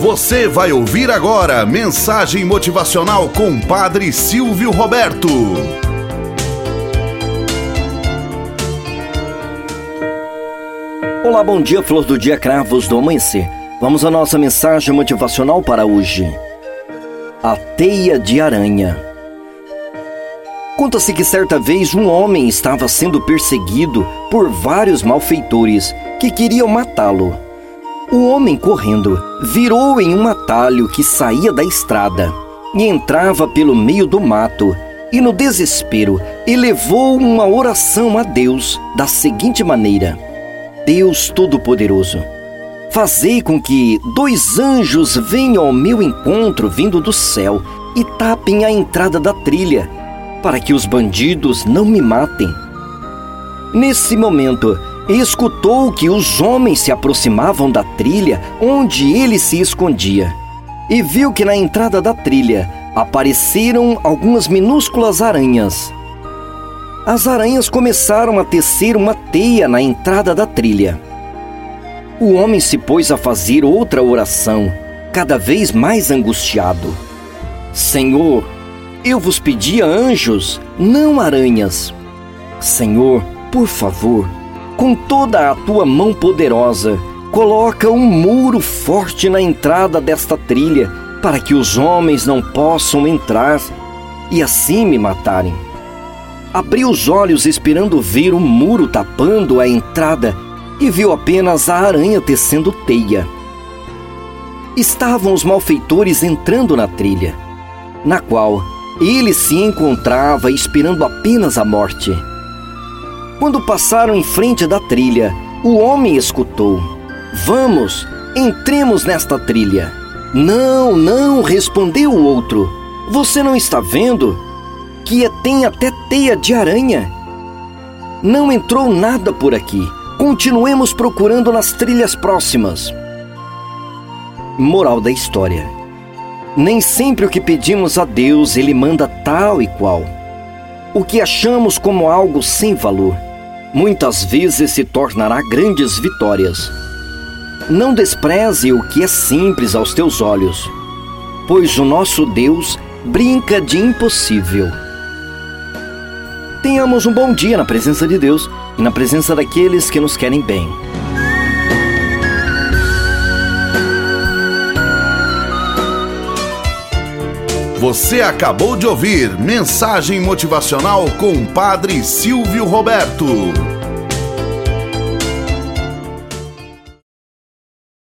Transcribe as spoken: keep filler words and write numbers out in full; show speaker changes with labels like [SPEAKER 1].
[SPEAKER 1] Você vai ouvir agora mensagem motivacional com Padre Silvio Roberto.
[SPEAKER 2] Olá, bom dia, flor do dia, cravos do amanhecer. Vamos à nossa mensagem motivacional para hoje. A teia de aranha. Conta-se que certa vez um homem estava sendo perseguido por vários malfeitores que queriam matá-lo. O homem, correndo, virou em um atalho que saía da estrada e entrava pelo meio do mato, e no desespero elevou uma oração a Deus da seguinte maneira: Deus Todo-Poderoso, fazei com que dois anjos venham ao meu encontro vindo do céu e tapem a entrada da trilha, para que os bandidos não me matem. Nesse momento, escutou que os homens se aproximavam da trilha onde ele se escondia, e viu que na entrada da trilha apareceram algumas minúsculas aranhas. As aranhas começaram a tecer uma teia na entrada da trilha. O homem se pôs a fazer outra oração, cada vez mais angustiado. Senhor, eu vos pedia anjos, não aranhas. Senhor, por favor, com toda a tua mão poderosa, coloca um muro forte na entrada desta trilha, para que os homens não possam entrar e assim me matarem. Abriu os olhos esperando ver o muro tapando a entrada e viu apenas a aranha tecendo teia. Estavam os malfeitores entrando na trilha, na qual ele se encontrava esperando apenas a morte. Quando passaram em frente da trilha, o homem escutou: Vamos, entremos nesta trilha. Não, não, respondeu o outro. Você não está vendo que tem até teia de aranha? Não entrou nada por aqui. Continuemos procurando nas trilhas próximas. Moral da história: nem sempre o que pedimos a Deus Ele manda tal e qual. O que achamos como algo sem valor, muitas vezes se tornará grandes vitórias. Não despreze o que é simples aos teus olhos, pois o nosso Deus brinca de impossível. Tenhamos um bom dia na presença de Deus e na presença daqueles que nos querem bem.
[SPEAKER 1] Você acabou de ouvir mensagem motivacional com Padre Silvio Roberto.